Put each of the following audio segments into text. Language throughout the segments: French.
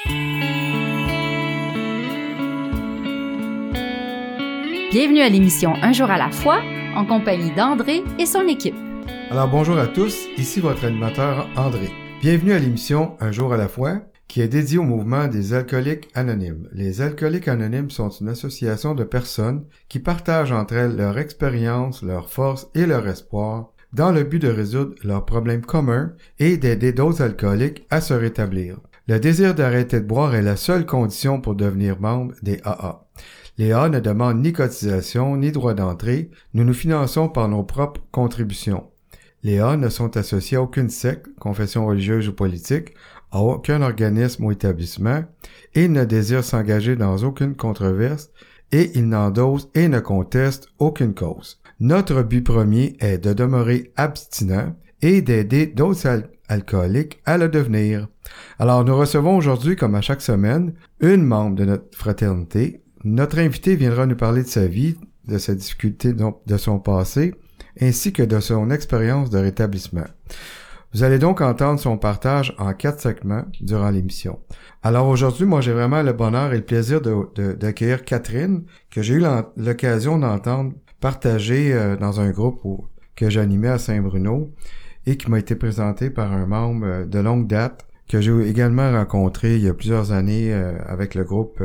Bienvenue à l'émission Un jour à la fois, en compagnie d'André et son équipe. Alors bonjour à tous, ici votre animateur André. Bienvenue à l'émission Un jour à la fois, qui est dédiée au mouvement des alcooliques anonymes. Les alcooliques anonymes sont une association de personnes qui partagent entre elles leur expérience, leurs forces et leur espoir dans le but de résoudre leurs problèmes communs et d'aider d'autres alcooliques à se rétablir. Le désir d'arrêter de boire est la seule condition pour devenir membre des AA. Les AA ne demandent ni cotisation ni droit d'entrée, nous nous finançons par nos propres contributions. Les AA ne sont associés à aucune secte, confession religieuse ou politique, à aucun organisme ou établissement, et ne désirent s'engager dans aucune controverse, et ils n'endossent et ne contestent aucune cause. Notre but premier est de demeurer abstinent et d'aider d'autres alcooliques à le devenir. Alors nous recevons aujourd'hui, comme à chaque semaine, une membre de notre fraternité. Notre invité viendra nous parler de sa vie, de ses difficultés, de son passé, ainsi que de son expérience de rétablissement. Vous allez donc entendre son partage en 4 segments durant l'émission. Alors aujourd'hui, moi j'ai vraiment le bonheur et le plaisir d'accueillir Catherine, que j'ai eu l'occasion d'entendre partager dans un groupe que j'animais à Saint-Bruno et qui m'a été présenté par un membre de longue date que j'ai également rencontré il y a plusieurs années avec le groupe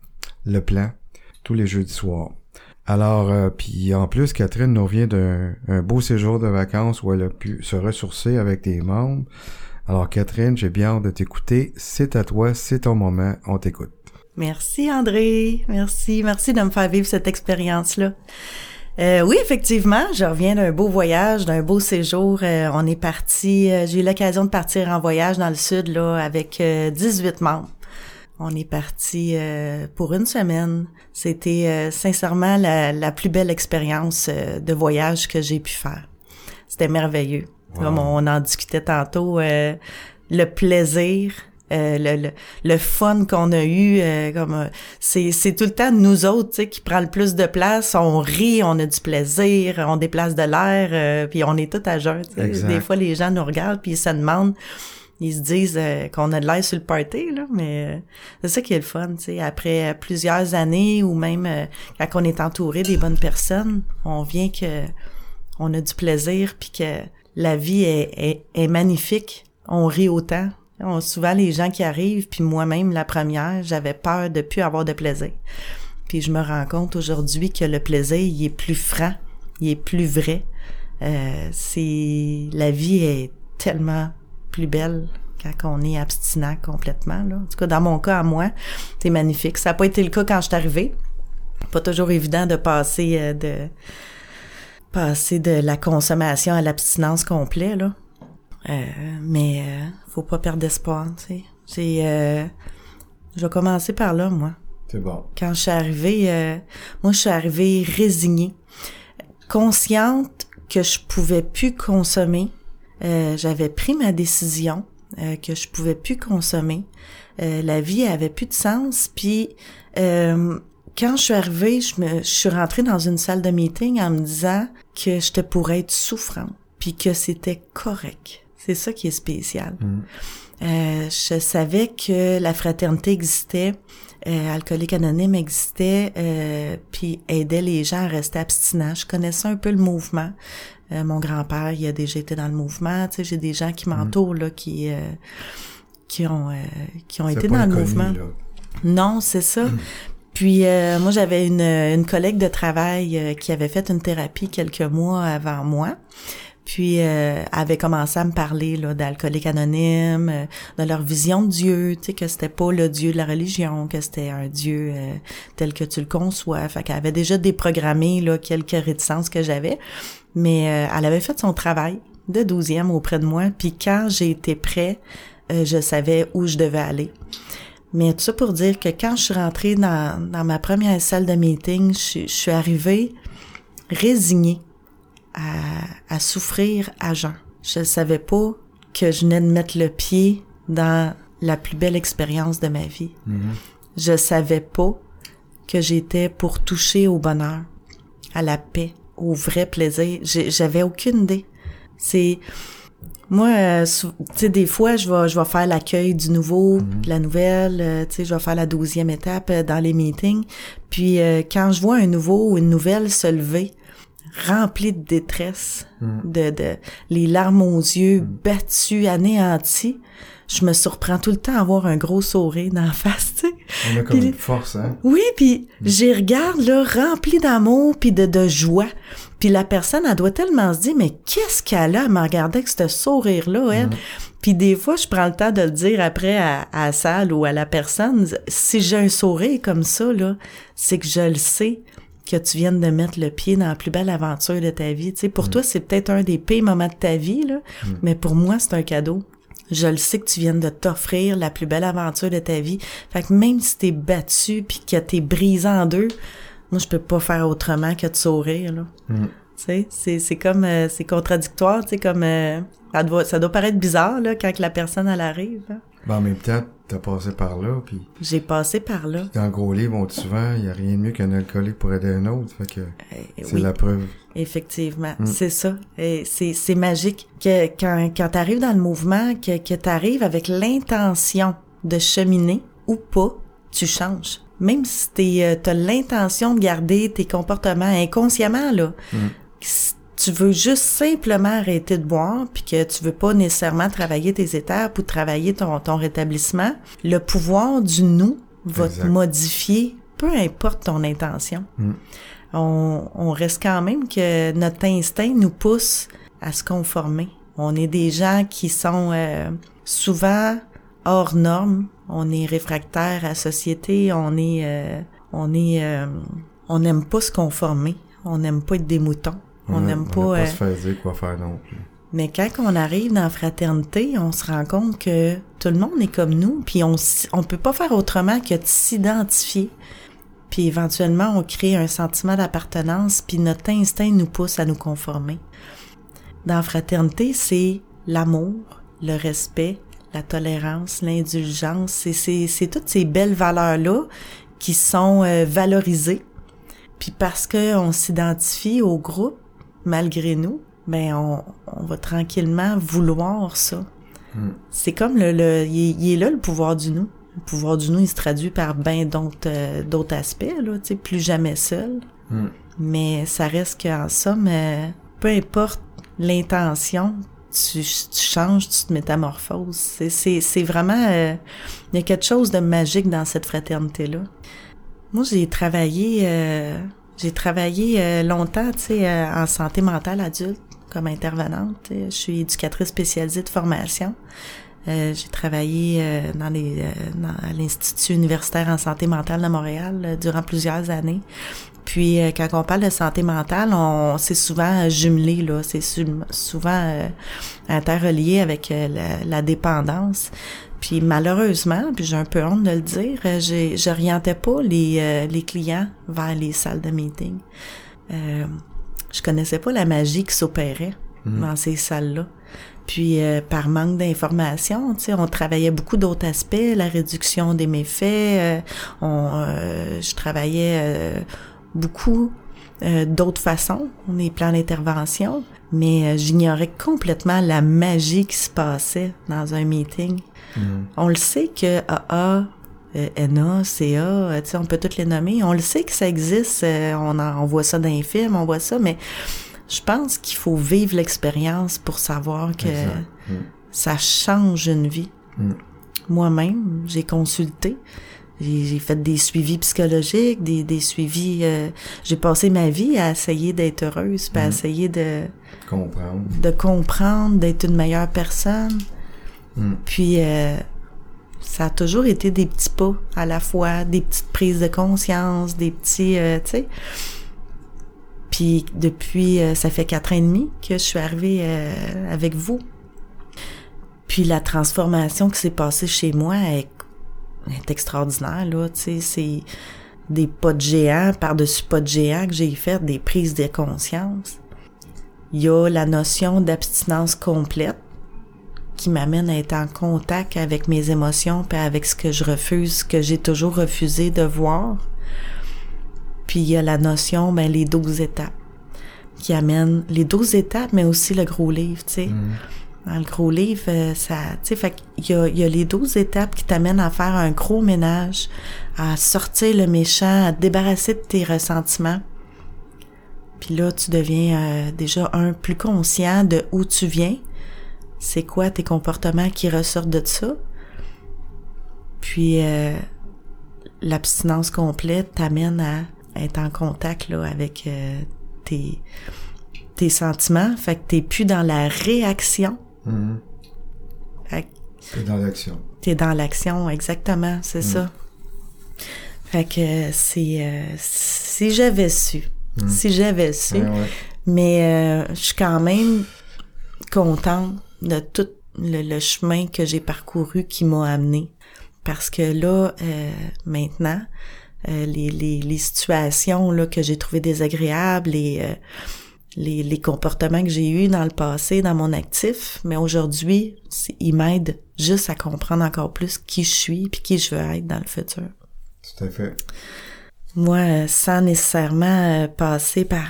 Le Plan, tous les jeudis soirs. Alors, puis en plus, Catherine nous revient d'un beau séjour de vacances où elle a pu se ressourcer avec des membres. Alors Catherine, j'ai bien hâte de t'écouter. C'est à toi, c'est ton moment, on t'écoute. Merci André, merci de me faire vivre cette expérience-là. Oui, effectivement, je reviens d'un beau voyage, d'un beau séjour. On est parti, j'ai eu l'occasion de partir en voyage dans le sud là avec 18 membres. On est parti pour une semaine. C'était sincèrement la plus belle expérience de voyage que j'ai pu faire. C'était merveilleux. Wow. Comme on en discutait tantôt, le plaisir, le fun qu'on a eu, c'est tout le temps nous autres, tu sais, qui prend le plus de place. On rit, on a du plaisir, on déplace de l'air, puis on est tout à jeun. Des fois, les gens nous regardent puis ils se demandent. Ils se disent qu'on a de l'air sur le party, là, mais c'est ça qui est le fun, tu sais. Après plusieurs années ou même quand on est entouré des bonnes personnes, on vient que on a du plaisir puis que la vie est magnifique. On rit autant. Souvent, les gens qui arrivent, puis moi-même, la première, j'avais peur de plus avoir de plaisir. Puis je me rends compte aujourd'hui que le plaisir, il est plus franc, il est plus vrai. La vie est tellement plus belle quand on est abstinent complètement, là. En tout cas, dans mon cas, à moi, c'est magnifique. Ça n'a pas été le cas quand je suis arrivée. Pas toujours évident de passer de la consommation à l'abstinence complète, là. Mais faut pas perdre espoir, tu sais. Je vais commencer par là, moi. C'est bon. Quand je suis arrivée, moi, je suis arrivée résignée, consciente que je pouvais plus consommer. J'avais pris ma décision que je pouvais plus consommer. La vie avait plus de sens. Puis quand je suis arrivée, je suis rentrée dans une salle de meeting en me disant que j'étais pour être souffrante, puis que c'était correct. C'est ça qui est spécial. Je savais que la fraternité existait, Alcooliques Anonymes existait, puis aidait les gens à rester abstinents. Je connaissais un peu le mouvement. Mon grand-père, il a déjà été dans le mouvement. Tu sais, j'ai des gens qui m'entourent là, qui ont été dans le mouvement. Là. Non, c'est ça. Puis moi, j'avais une collègue de travail qui avait fait une thérapie quelques mois avant moi. Puis avait commencé à me parler là d'Alcooliques Anonymes, de leur vision de Dieu, tu sais, que c'était pas le Dieu de la religion, que c'était un Dieu tel que tu le conçois. Fait qu'elle avait déjà déprogrammé là quelques réticences que j'avais, mais elle avait fait son travail de 12e auprès de moi. Puis quand j'ai été prêt, je savais où je devais aller. Mais tout ça pour dire que quand je suis rentrée dans ma première salle de meeting, je suis arrivée résignée à souffrir à jeun. Je savais pas que je venais de mettre le pied dans la plus belle expérience de ma vie. Je savais pas que j'étais pour toucher au bonheur, à la paix, au vrai plaisir. J'avais aucune idée. Moi, tu sais, des fois, je vais faire l'accueil du nouveau, de la nouvelle, tu sais, je vais faire la 12e étape dans les meetings. Puis, quand je vois un nouveau ou une nouvelle se lever, rempli de détresse, de les larmes aux yeux, battus, anéantis, je me surprends tout le temps à avoir un gros sourire dans la face, tu sais. On a comme une force, hein? Oui, puis j'y regarde, là, rempli d'amour puis de joie. Puis la personne, elle doit tellement se dire, mais qu'est-ce qu'elle a à me regarder avec ce sourire-là, elle? Puis des fois, je prends le temps de le dire après à la salle ou à la personne. Si j'ai un sourire comme ça, là, c'est que je le sais que tu viennes de mettre le pied dans la plus belle aventure de ta vie. Tu sais, pour toi, c'est peut-être un des pires moments de ta vie, là, mais pour moi, c'est un cadeau. Je le sais que tu viens de t'offrir la plus belle aventure de ta vie. Fait que même si t'es battu puis que t'es brisé en deux, moi, je peux pas faire autrement que de sourire, là. Tu sais, c'est comme, c'est contradictoire, tu sais, comme, ça doit paraître bizarre, là, quand la personne, elle arrive, hein. Ben, en même temps, t'as passé par là, puis... J'ai passé par là. Dans le gros livre, on dit souvent, il y a rien de mieux qu'un alcoolique pour aider un autre, fait que c'est oui, la preuve. Effectivement, c'est ça. Et c'est magique que quand t'arrives dans le mouvement, que t'arrives avec l'intention de cheminer ou pas, tu changes. Même si t'as l'intention de garder tes comportements inconsciemment, là, si tu veux juste simplement arrêter de boire puis que tu veux pas nécessairement travailler tes étapes ou travailler ton rétablissement, le pouvoir du nous va te modifier, peu importe ton intention. On reste quand même que notre instinct nous pousse à se conformer. On est des gens qui sont souvent hors normes. On est réfractaire à la société. On n'aime pas se conformer. On n'aime pas être des moutons. On n'aime pas se faire dire quoi faire non plus. Mais quand on arrive dans la fraternité, on se rend compte que tout le monde est comme nous, puis on peut pas faire autrement que de s'identifier. Puis éventuellement, on crée un sentiment d'appartenance, puis notre instinct nous pousse à nous conformer. Dans la fraternité, c'est l'amour, le respect, la tolérance, l'indulgence. C'est toutes ces belles valeurs-là qui sont valorisées. Puis parce qu'on s'identifie au groupe, malgré nous, ben on va tranquillement vouloir ça. C'est comme il est là le pouvoir du nous. Le pouvoir du nous, il se traduit par bien d'autres aspects, là, tu sais, plus jamais seul. Mais ça reste qu'en somme, peu importe l'intention, tu changes, tu te métamorphoses. C'est vraiment, il y a quelque chose de magique dans cette fraternité-là. Moi, j'ai travaillé longtemps, tu sais, en santé mentale adulte comme intervenante. Je suis éducatrice spécialisée de formation. J'ai travaillé à l'Institut universitaire en santé mentale de Montréal durant plusieurs années. Puis, quand on parle de santé mentale, c'est souvent jumelé, là. C'est souvent interrelié avec la dépendance. Puis malheureusement, puis j'ai un peu honte de le dire, j'orientais pas les clients vers les salles de meeting. Je connaissais pas la magie qui s'opérait dans ces salles-là. Puis par manque d'informations, tu sais, on travaillait beaucoup d'autres aspects, la réduction des méfaits. Je travaillais beaucoup d'autres façons, les plans d'intervention, mais j'ignorais complètement la magie qui se passait dans un meeting. On le sait que AA, NA, CA, tu sais, on peut toutes les nommer. On le sait que ça existe, on voit ça dans les films, on voit ça, mais je pense qu'il faut vivre l'expérience pour savoir que ça change une vie. Moi-même, j'ai consulté, j'ai fait des suivis psychologiques, des suivis... j'ai passé ma vie à essayer d'être heureuse, puis à essayer de comprendre, d'être une meilleure personne. Puis ça a toujours été des petits pas à la fois, des petites prises de conscience, des petits, tu sais. Puis depuis, ça fait 4 ans et demi que je suis arrivée avec vous. Puis la transformation qui s'est passée chez moi est extraordinaire, là, tu sais, c'est des pas de géant par-dessus pas de géant que j'ai fait, des prises de conscience. Il y a la notion d'abstinence complète qui m'amène à être en contact avec mes émotions puis avec ce que je refuse, que j'ai toujours refusé de voir. Puis il y a la notion, les 12 étapes qui amènent les 12 étapes, mais aussi le gros livre, tu sais. Dans le gros livre, ça, tu sais, fait qu'il y a les 12 étapes qui t'amènent à faire un gros ménage, à sortir le méchant, à te débarrasser de tes ressentiments. Puis là, tu deviens déjà plus conscient de où tu viens. C'est quoi tes comportements qui ressortent de ça. Puis l'abstinence complète t'amène à être en contact là avec tes sentiments. Fait que t'es plus dans la réaction. Mm-hmm. T'es dans l'action. T'es dans l'action, exactement, c'est ça. Fait que si j'avais su. Ouais. Mais je suis quand même contente de tout le chemin que j'ai parcouru qui m'a amené. Parce que là, maintenant, les situations là que j'ai trouvées désagréables, les comportements que j'ai eus dans le passé, dans mon actif, mais aujourd'hui, ils m'aident juste à comprendre encore plus qui je suis puis qui je veux être dans le futur. Tout à fait. Moi, sans nécessairement passer par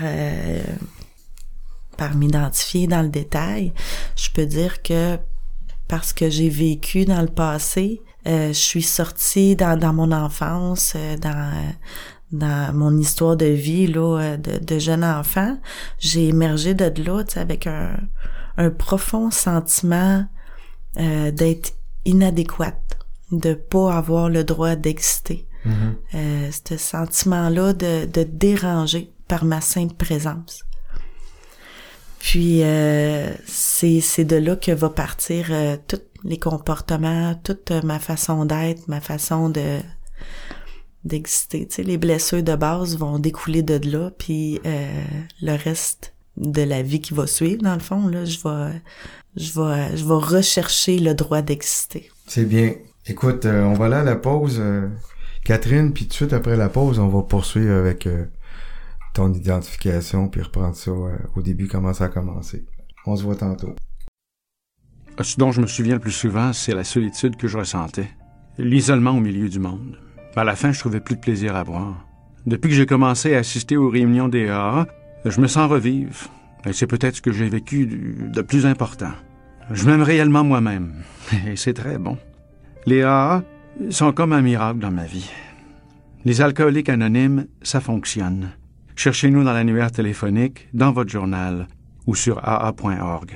m'identifier dans le détail, je peux dire que parce que j'ai vécu dans le passé, je suis sortie dans mon enfance, dans mon histoire de vie là, de jeune enfant, j'ai émergé de là, tu sais, avec un profond sentiment d'être inadéquate, de pas avoir le droit d'exister. Ce sentiment-là de déranger par ma simple présence. Puis c'est de là que va partir tous les comportements, toute ma façon d'être, ma façon d'exister. Tu sais, les blessures de base vont découler de là, puis le reste de la vie qui va suivre, dans le fond, là, je vais rechercher le droit d'exister. C'est bien. Écoute, on va aller à la pause, Catherine, puis tout de suite après la pause, on va poursuivre avec ton identification, puis reprendre ça au début, comment ça a commencé. On se voit tantôt. Ce dont je me souviens le plus souvent, c'est la solitude que je ressentais. L'isolement au milieu du monde. À la fin, je trouvais plus de plaisir à boire. Depuis que j'ai commencé à assister aux réunions des AA, je me sens revivre. Et c'est peut-être ce que j'ai vécu de plus important. Je m'aime réellement moi-même. Et c'est très bon. Les AA sont comme un miracle dans ma vie. Les alcooliques anonymes, ça fonctionne. Cherchez-nous dans l'annuaire téléphonique, dans votre journal ou sur aa.org.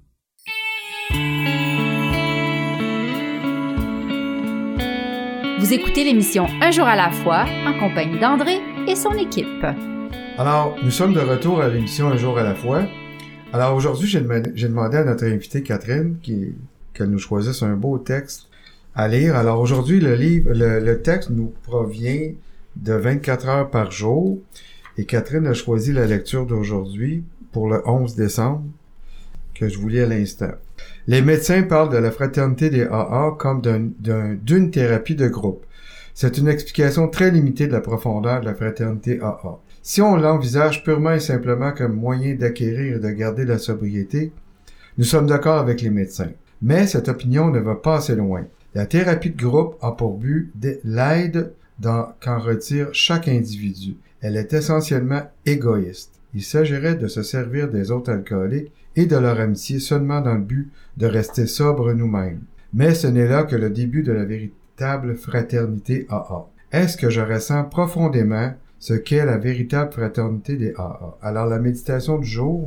Vous écoutez l'émission Un jour à la fois en compagnie d'André et son équipe. Alors, nous sommes de retour à l'émission Un jour à la fois. Alors aujourd'hui, j'ai demandé à notre invitée Catherine qu'elle nous choisisse un beau texte à lire. Alors aujourd'hui, le texte nous provient de 24 heures par jour et Catherine a choisi la lecture d'aujourd'hui pour le 11 décembre que je vous lis à l'instant. Les médecins parlent de la fraternité des AA comme d'une thérapie de groupe. C'est une explication très limitée de la profondeur de la fraternité AA. Si on l'envisage purement et simplement comme moyen d'acquérir et de garder la sobriété, nous sommes d'accord avec les médecins. Mais cette opinion ne va pas assez loin. La thérapie de groupe a pour but l'aide qu'en retire chaque individu. Elle est essentiellement égoïste. Il s'agirait de se servir des autres alcooliques et de leur amitié seulement dans le but de rester sobre nous-mêmes. Mais ce n'est là que le début de la véritable fraternité AA. Est-ce que je ressens profondément ce qu'est la véritable fraternité des AA? Alors la méditation du jour,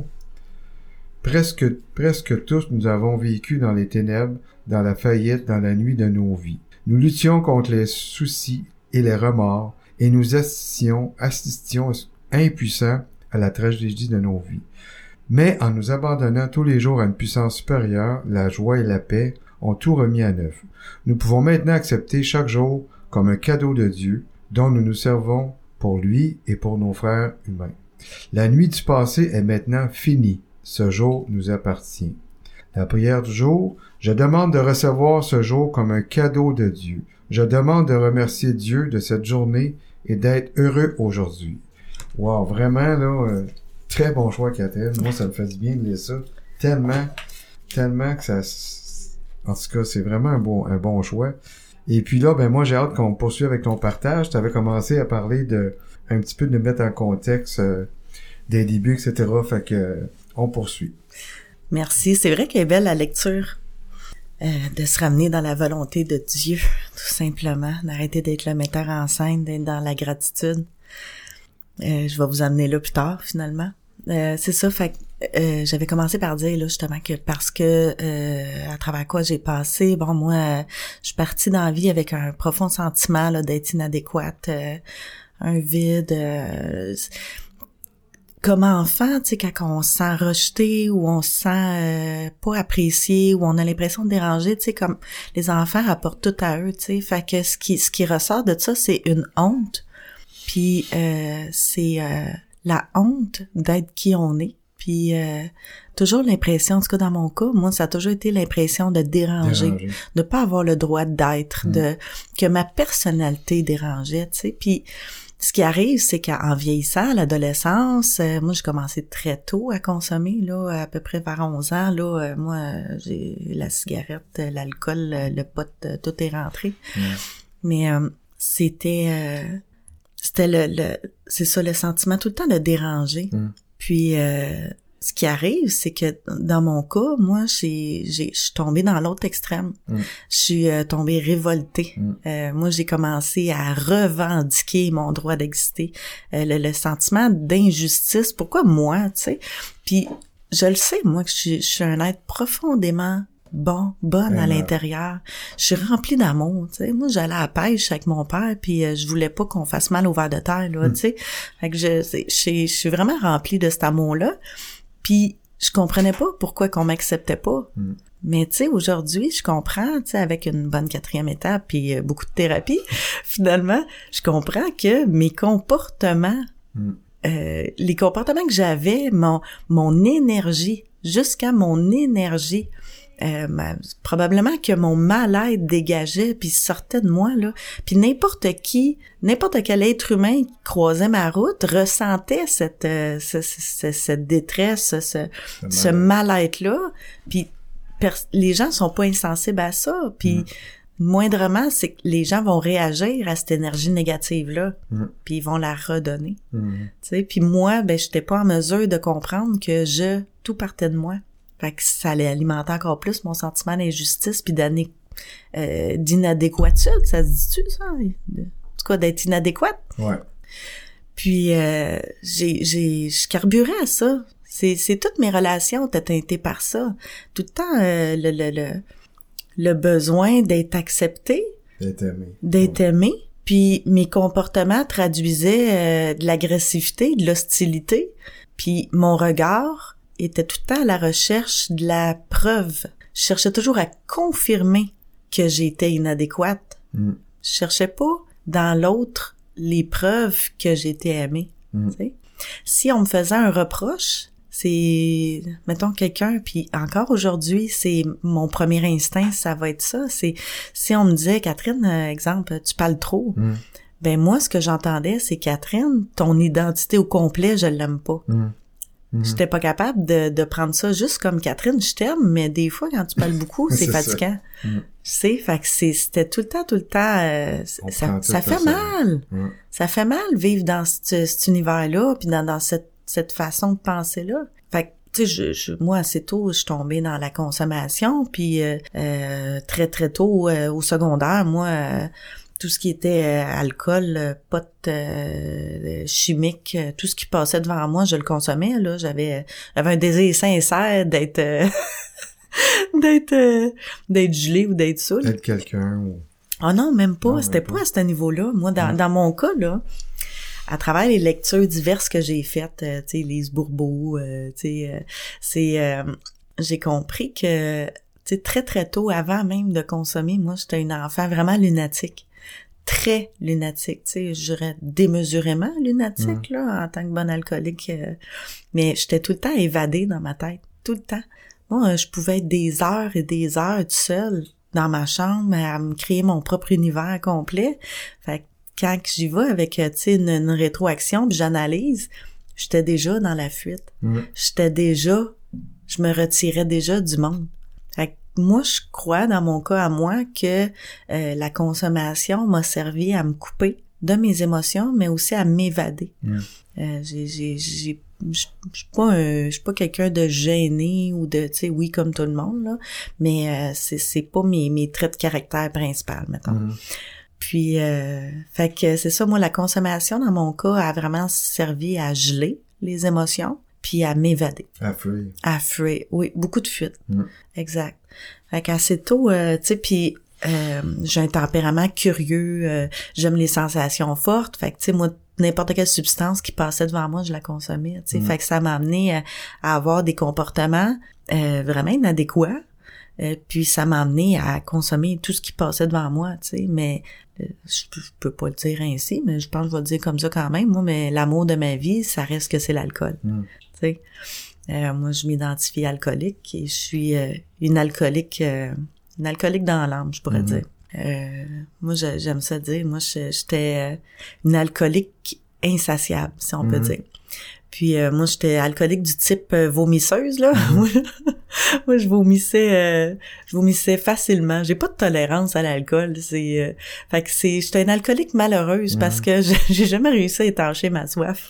presque tous nous avons vécu dans les ténèbres, dans la faillite, dans la nuit de nos vies. Nous luttions contre les soucis et les remords et nous assistions impuissants à la tragédie de nos vies. Mais en nous abandonnant tous les jours à une puissance supérieure, la joie et la paix ont tout remis à neuf. Nous pouvons maintenant accepter chaque jour comme un cadeau de Dieu dont nous nous servons pour lui et pour nos frères humains. La nuit du passé est maintenant finie. Ce jour nous appartient. La prière du jour, je demande de recevoir ce jour comme un cadeau de Dieu. Je demande de remercier Dieu de cette journée et d'être heureux aujourd'hui. Wow, vraiment, là, très bon choix, Catherine. Moi, ça me fait du bien de lire ça. Tellement que ça... En tout cas, c'est vraiment un bon choix. Et puis là, ben moi, j'ai hâte qu'on poursuive avec ton partage. Tu avais commencé à parler un petit peu de mettre en contexte des débuts, etc. Fait que on poursuit. Merci. C'est vrai qu'elle est belle la lecture. De se ramener dans la volonté de Dieu, tout simplement. D'arrêter d'être le metteur en scène, d'être dans la gratitude. Je vais vous amener là plus tard, finalement. C'est ça, fait que j'avais commencé par dire là justement que parce que à travers quoi j'ai passé, bon moi je suis partie dans la vie avec un profond sentiment là d'être inadéquate, un vide. Comme enfant, tu sais, quand on se sent rejeté ou on se sent pas apprécié ou on a l'impression de déranger, tu sais, comme les enfants rapportent tout à eux, tu sais. Fait que ce qui ressort de ça, c'est une honte. Puis c'est la honte d'être qui on est. Puis toujours l'impression, en tout cas dans mon cas, moi, ça a toujours été l'impression de déranger. De pas avoir le droit d'être, que ma personnalité dérangeait, tu sais. Puis ce qui arrive, c'est qu'en vieillissant, à l'adolescence, moi, j'ai commencé très tôt à consommer, là, à peu près vers 11 ans, là, moi, j'ai la cigarette, l'alcool, le pot, tout est rentré. Mais c'était c'est ça, le sentiment tout le temps de déranger. Puis, ce qui arrive, c'est que dans mon cas, moi, je suis tombée dans l'autre extrême. Je suis tombée révoltée. Moi, j'ai commencé à revendiquer mon droit d'exister. Le sentiment d'injustice. Pourquoi moi, tu sais? Puis, je le sais, moi, que je suis un être profondément bonne à l'intérieur. Je suis remplie d'amour, tu sais. Moi, j'allais à la pêche avec mon père, puis je voulais pas qu'on fasse mal au ver de terre, là, tu sais. Fait que je suis vraiment remplie de cet amour-là. Puis je comprenais pas pourquoi qu'on m'acceptait pas. Mais tu sais, aujourd'hui, je comprends, tu sais, avec une bonne 4e étape puis beaucoup de thérapie, finalement, je comprends que mes comportements, les comportements que j'avais, mon énergie, jusqu'à mon énergie, probablement que mon mal-être dégageait puis sortait de moi là, puis n'importe quel être humain qui croisait ma route ressentait cette détresse, ce mal-être là, puis les gens sont pas insensibles à ça, puis moindrement c'est que les gens vont réagir à cette énergie négative là, puis ils vont la redonner. Tu sais, puis moi j'étais pas en mesure de comprendre que tout partait de moi. Fait que ça allait alimenter encore plus mon sentiment d'injustice puis d'inadéquatude, ça se dit-tu, ça? En tout cas, d'être inadéquate. Ouais. Puis, je carburais à ça. C'est toutes mes relations étaient teintées par ça. Tout le temps, le besoin d'être accepté. D'être aimé. Puis, mes comportements traduisaient de l'agressivité, de l'hostilité. Puis, mon regard était tout le temps à la recherche de la preuve. Je cherchais toujours à confirmer que j'étais inadéquate. Je cherchais pas dans l'autre les preuves que j'étais aimée. Tu sais? Si on me faisait un reproche, c'est, mettons quelqu'un, puis encore aujourd'hui, c'est mon premier instinct, ça va être ça. C'est si on me disait, Catherine, exemple, tu parles trop. Ben moi, ce que j'entendais, c'est Catherine, ton identité au complet, je l'aime pas. J'étais pas capable de prendre ça juste comme Catherine, je t'aime, mais des fois, quand tu parles beaucoup, c'est fatigant. Tu sais, fait que c'était tout le temps, ça fait mal. Ça fait mal vivre dans cet univers-là, puis dans cette façon de penser-là. Fait que, tu sais, moi, assez tôt, je suis tombée dans la consommation, puis très, très tôt, au secondaire, moi... tout ce qui était alcool, pot chimique, tout ce qui passait devant moi, je le consommais là. J'avais un désir sincère d'être d'être gelé ou d'être saoul. D'être quelqu'un ou... Ah non, même pas. Non, c'était pas à ce niveau-là. Moi, dans mon cas là, à travers les lectures diverses que j'ai faites, tu sais, Lise Bourbeau, tu sais, j'ai compris que, tu sais, très très tôt, avant même de consommer, moi, j'étais une enfant vraiment lunatique. Très lunatique, tu sais, je dirais démesurément lunatique, là, en tant que bonne alcoolique. Mais j'étais tout le temps évadée dans ma tête, tout le temps. Moi, je pouvais être des heures et des heures toute seule dans ma chambre à me créer mon propre univers complet. Fait que quand j'y vais avec, tu sais, une rétroaction, puis j'analyse, j'étais déjà dans la fuite. Je me retirais déjà du monde. Fait que moi, je crois, dans mon cas à moi, que la consommation m'a servi à me couper de mes émotions, mais aussi à m'évader. J'ai je suis pas quelqu'un de gêné ou de, tu sais, oui, comme tout le monde, là, mais c'est pas mes traits de caractère principaux, mettons. Mhm. Puis, fait que c'est ça, moi, la consommation, dans mon cas, a vraiment servi à geler les émotions, puis à m'évader. À fuir. À fuir, oui, beaucoup de fuite. Mhm. Exact. Fait qu'assez tôt, tu sais, puis j'ai un tempérament curieux, j'aime les sensations fortes, fait que, tu sais, moi, n'importe quelle substance qui passait devant moi, je la consommais, tu sais. Fait que ça m'a amené à avoir des comportements vraiment inadéquats. Puis ça m'a amené à consommer tout ce qui passait devant moi, tu sais. Mais je peux pas le dire ainsi, mais je pense que je vais le dire comme ça quand même. Moi, mais l'amour de ma vie, ça reste que c'est l'alcool, tu sais. Moi, je m'identifie alcoolique et je suis une alcoolique dans l'âme, je pourrais dire. Moi, j'aime ça dire. Moi, j'étais une alcoolique insatiable, si on peut dire. Puis moi, j'étais alcoolique du type vomisseuse, là. Moi, je vomissais facilement. J'ai pas de tolérance à l'alcool. Fait que j'étais une alcoolique malheureuse parce que j'ai jamais réussi à étancher ma soif.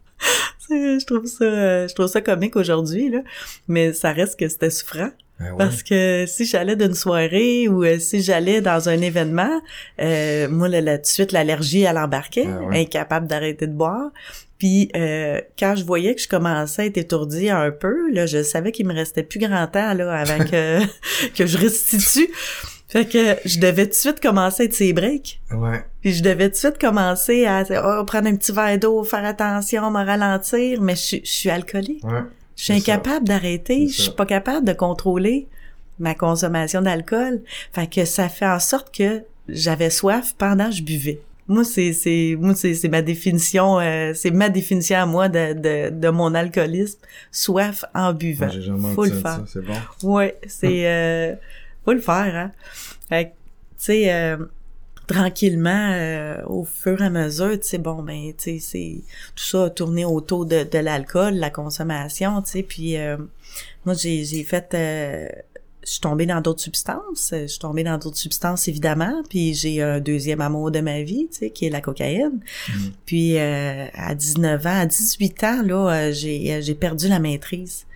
Je trouve ça comique aujourd'hui, là. Mais ça reste que c'était souffrant. Ah ouais. Parce que si j'allais d'une soirée ou si j'allais dans un événement, moi, tout de suite, l'allergie, elle embarquait, incapable d'arrêter de boire. Puis quand je voyais que je commençais à être étourdie un peu, là, je savais qu'il me restait plus grand temps là avant que je restitue. Fait que je devais tout de suite commencer à être ses breaks. Ouais. Puis je devais tout de suite commencer à prendre un petit verre d'eau, faire attention, me ralentir, mais je suis alcoolique. Ouais. Je suis incapable d'arrêter, je suis pas capable de contrôler ma consommation d'alcool. Fait que ça fait en sorte que j'avais soif pendant que je buvais. Moi, c'est ma définition, c'est ma définition à moi de mon alcoolisme, soif en buvant. J'ai jamais Faut le entendu faire. ça, c'est bon. Ouais, c'est faut le faire, hein. Fait que, tu sais, tranquillement, au fur et à mesure, tu sais, bon, ben, tu sais, c'est tout ça a tourné autour de l'alcool, la consommation, tu sais, puis moi, j'ai fait, je suis tombée dans d'autres substances, évidemment, puis j'ai un deuxième amour de ma vie, tu sais, qui est la cocaïne. Puis à 19 ans, à 18 ans, là, j'ai perdu la maîtrise.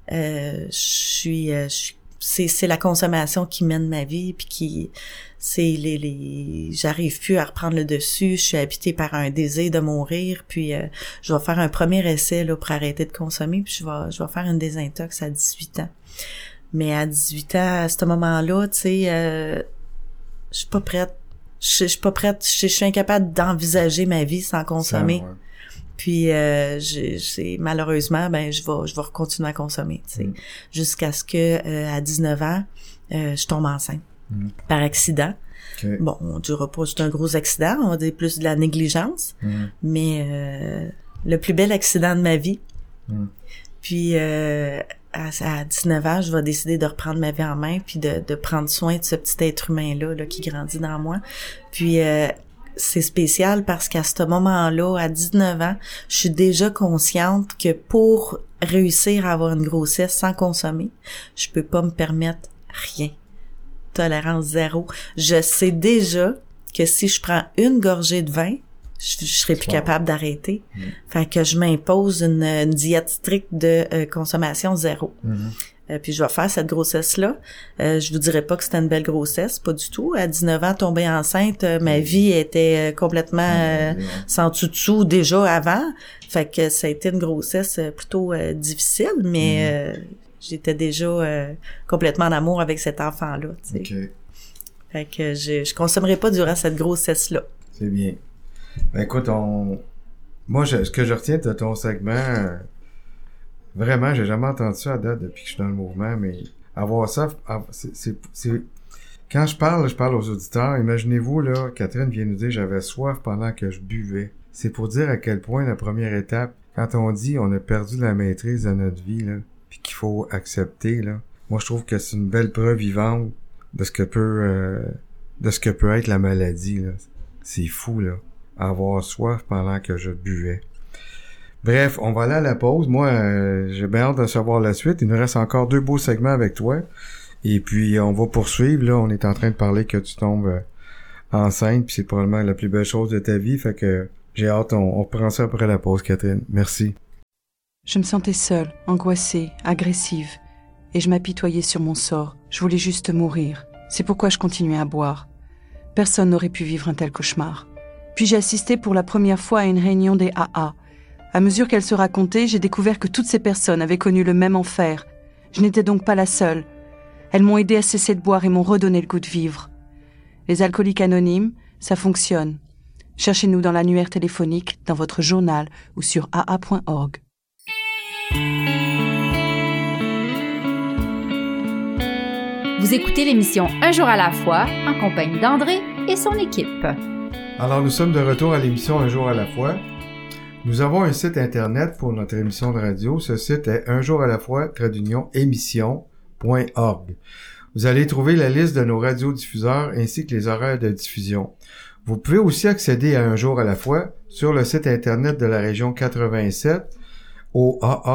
C'est la consommation qui mène ma vie, puis qui j'arrive plus à reprendre le dessus, je suis habitée par un désir de mourir, puis je vais faire un premier essai là pour arrêter de consommer, puis je vais faire une désintox à 18 ans. Mais à 18 ans, à ce moment-là, tu sais, je suis pas prête. Je suis incapable d'envisager ma vie sans consommer. Puis malheureusement, ben je vais continuer à consommer, tu sais, jusqu'à ce que à 19 ans, je tombe enceinte par accident. Okay. Bon, on dira pas c'est un gros accident, on va dire plus de la négligence, mais le plus bel accident de ma vie. Puis à 19 ans, je vais décider de reprendre ma vie en main puis de prendre soin de ce petit être humain-là là, qui grandit dans moi. Puis c'est spécial parce qu'à ce moment-là, à 19 ans, je suis déjà consciente que pour réussir à avoir une grossesse sans consommer, je peux pas me permettre rien. Tolérance zéro. Je sais déjà que si je prends une gorgée de vin, je serai plus capable d'arrêter. Fait que je m'impose une diète stricte de consommation zéro. Puis je vais faire cette grossesse-là. Je vous dirais pas que c'était une belle grossesse, pas du tout. À 19 ans, tombée enceinte, ma vie était complètement sans dessous déjà avant. Fait que ça a été une grossesse plutôt difficile, mais j'étais déjà complètement en amour avec cet enfant-là. Tu sais. Okay. Fait que je consommerai pas durant cette grossesse-là. C'est bien. Ben écoute, moi, ce que je retiens de ton segment, vraiment, j'ai jamais entendu ça à date depuis que je suis dans le mouvement, mais avoir ça, c'est... Quand je parle aux auditeurs, imaginez-vous, là, Catherine vient nous dire « j'avais soif pendant que je buvais ». C'est pour dire à quel point la première étape, quand on dit on a perdu la maîtrise de notre vie, là, puis qu'il faut accepter, là, moi je trouve que c'est une belle preuve vivante de ce que peut être la maladie, là. C'est fou, là. Avoir soif pendant que je buvais. Bref, on va aller à la pause. Moi, j'ai bien hâte de savoir la suite. Il nous reste encore 2 beaux segments avec toi. Et puis, on va poursuivre. Là, on est en train de parler que tu tombes enceinte. Puis c'est probablement la plus belle chose de ta vie. Fait que j'ai hâte. On reprend ça après la pause, Catherine. Merci. Je me sentais seule, angoissée, agressive, et je m'apitoyais sur mon sort. Je voulais juste mourir. C'est pourquoi je continuais à boire. Personne n'aurait pu vivre un tel cauchemar. Puis j'ai assisté pour la première fois à une réunion des AA. À mesure qu'elle se racontait, j'ai découvert que toutes ces personnes avaient connu le même enfer. Je n'étais donc pas la seule. Elles m'ont aidé à cesser de boire et m'ont redonné le goût de vivre. Les alcooliques anonymes, ça fonctionne. Cherchez-nous dans l'annuaire téléphonique, dans votre journal ou sur aa.org. Vous écoutez l'émission Un jour à la fois en compagnie d'André et son équipe. Alors, nous sommes de retour à l'émission Un jour à la fois. Nous avons un site internet pour notre émission de radio. Ce site est unjouralafoi-émission.org. Vous allez trouver la liste de nos radiodiffuseurs ainsi que les horaires de diffusion. Vous pouvez aussi accéder à Un jour à la fois sur le site internet de la région 87 au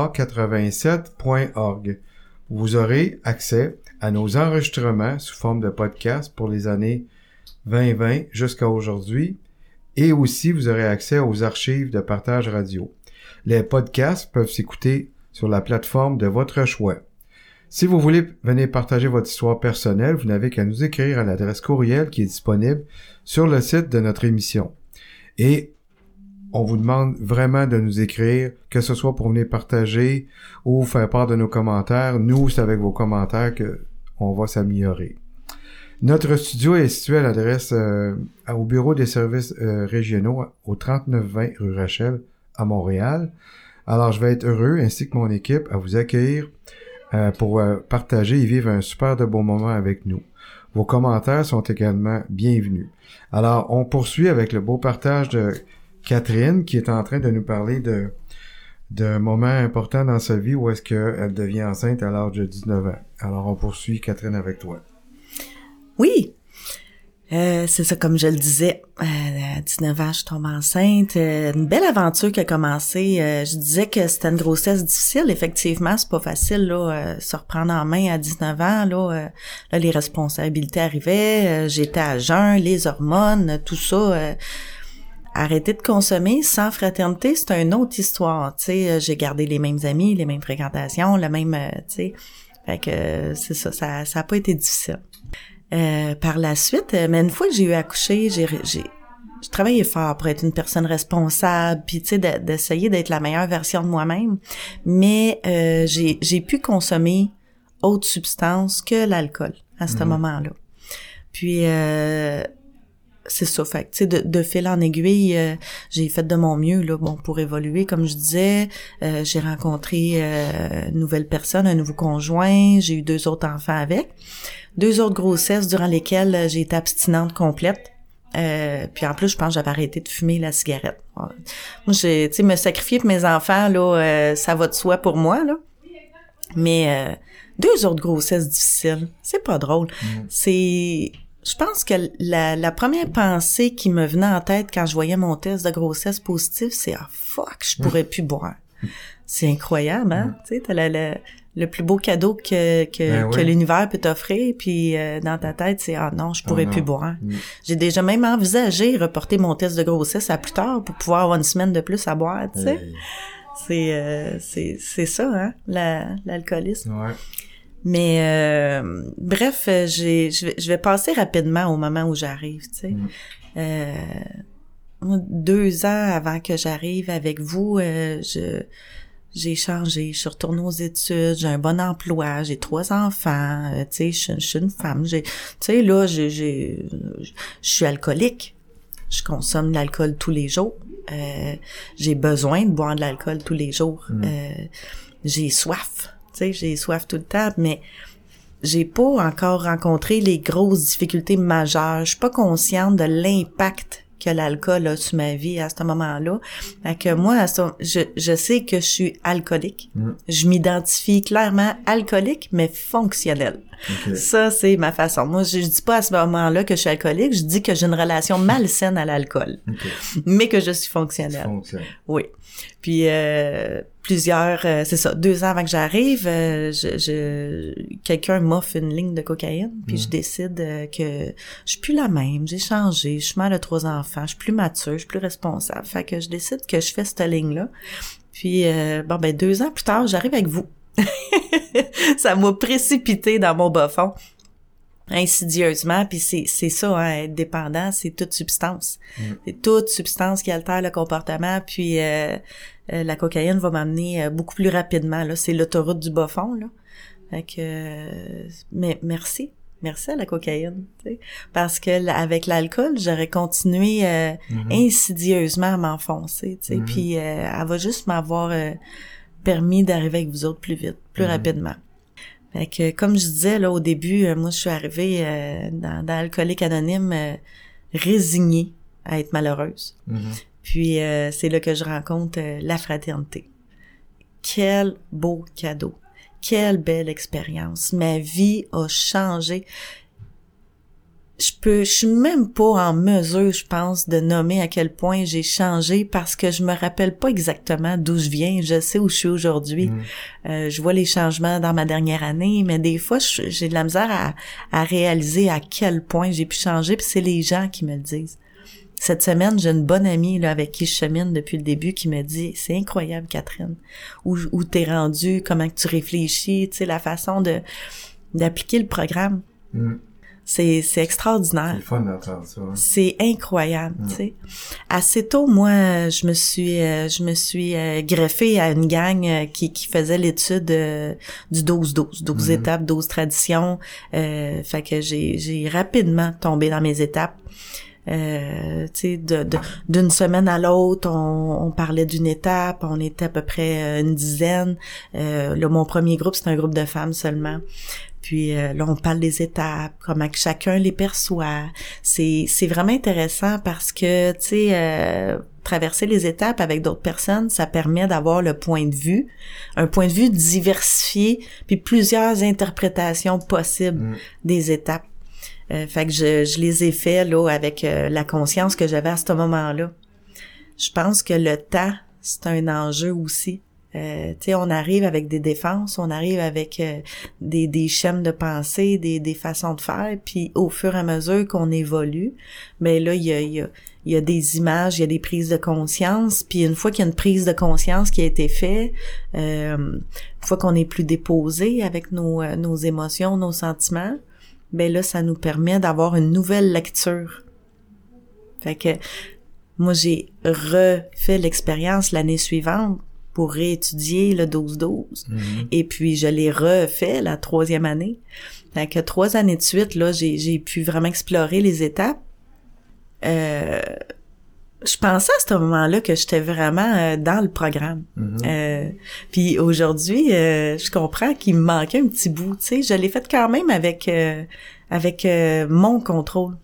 aa87.org. Vous aurez accès à nos enregistrements sous forme de podcast pour les années 2020 jusqu'à aujourd'hui et aussi vous aurez accès aux archives de partage radio. Les podcasts peuvent s'écouter sur la plateforme de votre choix. Si vous voulez venir partager votre histoire personnelle, vous n'avez qu'à nous écrire à l'adresse courriel qui est disponible sur le site de notre émission. Et on vous demande vraiment de nous écrire, que ce soit pour venir partager ou faire part de nos commentaires. Nous, c'est avec vos commentaires qu'on va s'améliorer. Notre studio est situé à l'adresse au bureau des services régionaux au 3920 rue Rachel à Montréal. Alors, je vais être heureux, ainsi que mon équipe, à vous accueillir pour partager et vivre un super de bon moment avec nous. Vos commentaires sont également bienvenus. Alors, on poursuit avec le beau partage de Catherine qui est en train de nous parler d'un moment important dans sa vie où est-ce qu'elle devient enceinte à l'âge de 19 ans. Alors, on poursuit, Catherine, avec toi. Oui, c'est ça, comme je le disais, à 19 ans, je tombe enceinte. Une belle aventure qui a commencé. Je disais que c'était une grossesse difficile. Effectivement, c'est pas facile, là, se reprendre en main à 19 ans. Là, les responsabilités arrivaient. J'étais à jeun, les hormones, tout ça. Arrêter de consommer sans fraternité, c'est une autre histoire. Tu sais, j'ai gardé les mêmes amis, les mêmes fréquentations, le même, tu sais. Fait que c'est ça, ça a pas été difficile. Par la suite, mais une fois que j'ai eu accouché, j'ai travaillé fort pour être une personne responsable, puis tu sais d'essayer d'être la meilleure version de moi-même, mais j'ai pu consommer autre substance que l'alcool à ce moment-là. Puis c'est ça, fait que tu sais de fil en aiguille, j'ai fait de mon mieux là, bon pour évoluer comme je disais. J'ai rencontré une nouvelle personne, un nouveau conjoint, j'ai eu 2 autres enfants avec. 2 autres grossesses durant lesquelles j'ai été abstinente complète. Puis en plus, je pense que j'avais arrêté de fumer la cigarette. Moi, j'ai, tu sais, me sacrifier pour mes enfants, là, ça va de soi pour moi, là. Mais 2 autres grossesses difficiles, c'est pas drôle. Je pense que la première pensée qui me venait en tête quand je voyais mon test de grossesse positif, c'est « Ah, fuck, je pourrais plus boire. » C'est incroyable, hein? Tu sais, t'as le plus beau cadeau que l'univers peut t'offrir, puis dans ta tête, c'est « Ah non, je pourrais plus boire. » J'ai déjà même envisagé reporter mon test de grossesse à plus tard pour pouvoir avoir une semaine de plus à boire, tu sais. C'est ça, hein, l'alcoolisme. Ouais. Mais bref, je vais passer rapidement au moment où j'arrive, tu sais. 2 ans avant que j'arrive avec vous, j'ai changé, je suis retournée aux études, j'ai un bon emploi, j'ai 3 enfants, tu sais, je suis une femme, tu sais, là, je suis alcoolique, je consomme de l'alcool tous les jours, j'ai besoin de boire de l'alcool tous les jours, j'ai soif, tu sais, j'ai soif tout le temps, mais j'ai pas encore rencontré les grosses difficultés majeures, je suis pas consciente de l'impact que l'alcool a sur ma vie à ce moment-là. Fait que moi, je sais que je suis alcoolique. Je m'identifie clairement alcoolique, mais fonctionnelle. Okay. Ça, c'est ma façon. Moi, je dis pas à ce moment-là que je suis alcoolique, je dis que j'ai une relation malsaine à l'alcool. Okay. Mais que je suis fonctionnelle. Oui. Puis, c'est ça, 2 ans avant que j'arrive, quelqu'un m'offre une ligne de cocaïne, puis je décide que je suis plus la même, j'ai changé, je suis mère de 3 enfants, je suis plus mature, je suis plus responsable. Fait que je décide que je fais cette ligne-là. Puis, 2 ans plus tard, j'arrive avec vous. Ça m'a précipité dans mon bas-fond. Insidieusement, puis c'est ça, hein, être dépendant, c'est toute substance. C'est toute substance qui altère le comportement, puis la cocaïne va m'amener beaucoup plus rapidement, là. C'est l'autoroute du bas-fond, là. Fait que, mais merci à la cocaïne, tu sais, parce que avec l'alcool, j'aurais continué insidieusement à m'enfoncer, tu sais, puis elle va juste m'avoir permis d'arriver avec vous autres plus vite, plus rapidement. Fait que, comme je disais là au début, moi je suis arrivée dans Alcoolique Anonyme résignée à être malheureuse. Puis c'est là que je rencontre la fraternité. Quel beau cadeau. Quelle belle expérience. Ma vie a changé. Je suis même pas en mesure, je pense, de nommer à quel point j'ai changé parce que je me rappelle pas exactement d'où je viens. Je sais où je suis aujourd'hui. Je vois les changements dans ma dernière année, mais des fois, j'ai de la misère à réaliser à quel point j'ai pu changer, puis c'est les gens qui me le disent. Cette semaine, j'ai une bonne amie là avec qui je chemine depuis le début qui me dit « C'est incroyable, Catherine, où t'es rendue, comment que tu réfléchis, tu sais, la façon d'appliquer le programme. » C'est extraordinaire. C'est le fun d'entendre ça. Hein? C'est incroyable, tu sais. Assez tôt, moi, je me suis greffée à une gang qui faisait l'étude du 12-12, 12 étapes, 12 traditions. Fait que j'ai rapidement tombé dans mes étapes. Tu sais, d'une semaine à l'autre, on parlait d'une étape, on était à peu près une dizaine. Là, mon premier groupe, c'est un groupe de femmes seulement. Puis là, on parle des étapes, comment que chacun les perçoit. C'est vraiment intéressant parce que, tu sais, traverser les étapes avec d'autres personnes, ça permet d'avoir un point de vue diversifié, puis plusieurs interprétations possibles des étapes. Fait que je les ai fait là avec la conscience que j'avais à ce moment-là. Je pense que le temps, c'est un enjeu aussi. Tu sais, on arrive avec des défenses, on arrive avec des schèmes de pensée, des façons de faire, puis au fur et à mesure qu'on évolue, ben là, il y a des images, il y a des prises de conscience, puis une fois qu'il y a une prise de conscience qui a été faite, une fois qu'on est plus déposé avec nos émotions, nos sentiments, ben là, ça nous permet d'avoir une nouvelle lecture. Fait que moi, j'ai refait l'expérience l'année suivante pour réétudier le 12-12. Et puis, je l'ai refait la 3e année. Fait que 3 années de suite, là, j'ai pu vraiment explorer les étapes. Je pensais à ce moment-là que j'étais vraiment dans le programme. Puis aujourd'hui, je comprends qu'il me manquait un petit bout. Tu sais, je l'ai fait quand même avec mon contrôle.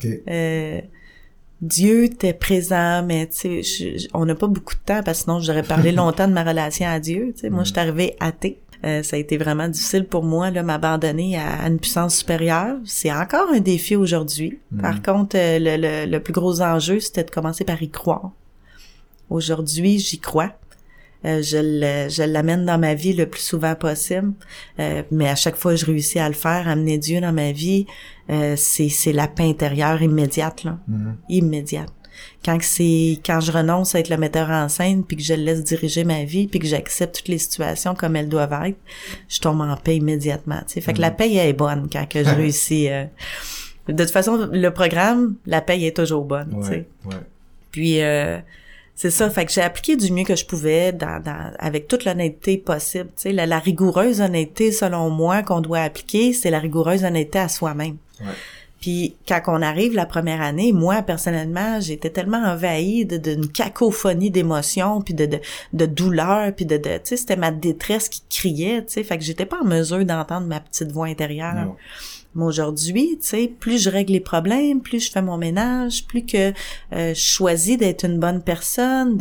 Dieu était présent, mais tu sais, on n'a pas beaucoup de temps parce que sinon j'aurais parlé longtemps de ma relation à Dieu. Tu sais, moi, je suis arrivée athée. Ça a été vraiment difficile pour moi là m'abandonner à une puissance supérieure. C'est encore un défi aujourd'hui. Par contre, le plus gros enjeu, c'était de commencer par y croire. Aujourd'hui, j'y crois. Je l'amène dans ma vie le plus souvent possible. Mais à chaque fois, je réussis à le faire, amener Dieu dans ma vie. C'est la paix intérieure immédiate, là. Immédiate. Quand je renonce à être le metteur en scène, puis que je le laisse diriger ma vie, puis que j'accepte toutes les situations comme elles doivent être, je tombe en paix immédiatement. Tu sais. Fait que la paix elle est bonne quand que je réussis. De toute façon, le programme, la paix est toujours bonne. Tu sais. Puis c'est ça. Fait que j'ai appliqué du mieux que je pouvais avec toute l'honnêteté possible. Tu sais, la rigoureuse honnêteté, selon moi, qu'on doit appliquer, c'est la rigoureuse honnêteté à soi-même. Puis quand on arrive la première année, moi personnellement, j'étais tellement envahie d'une cacophonie d'émotions, puis de douleurs, puis tu sais, c'était ma détresse qui criait, tu sais, fait que j'étais pas en mesure d'entendre ma petite voix intérieure. Non. Mais aujourd'hui, tu sais, plus je règle les problèmes, plus je fais mon ménage, plus que je choisis d'être une bonne personne,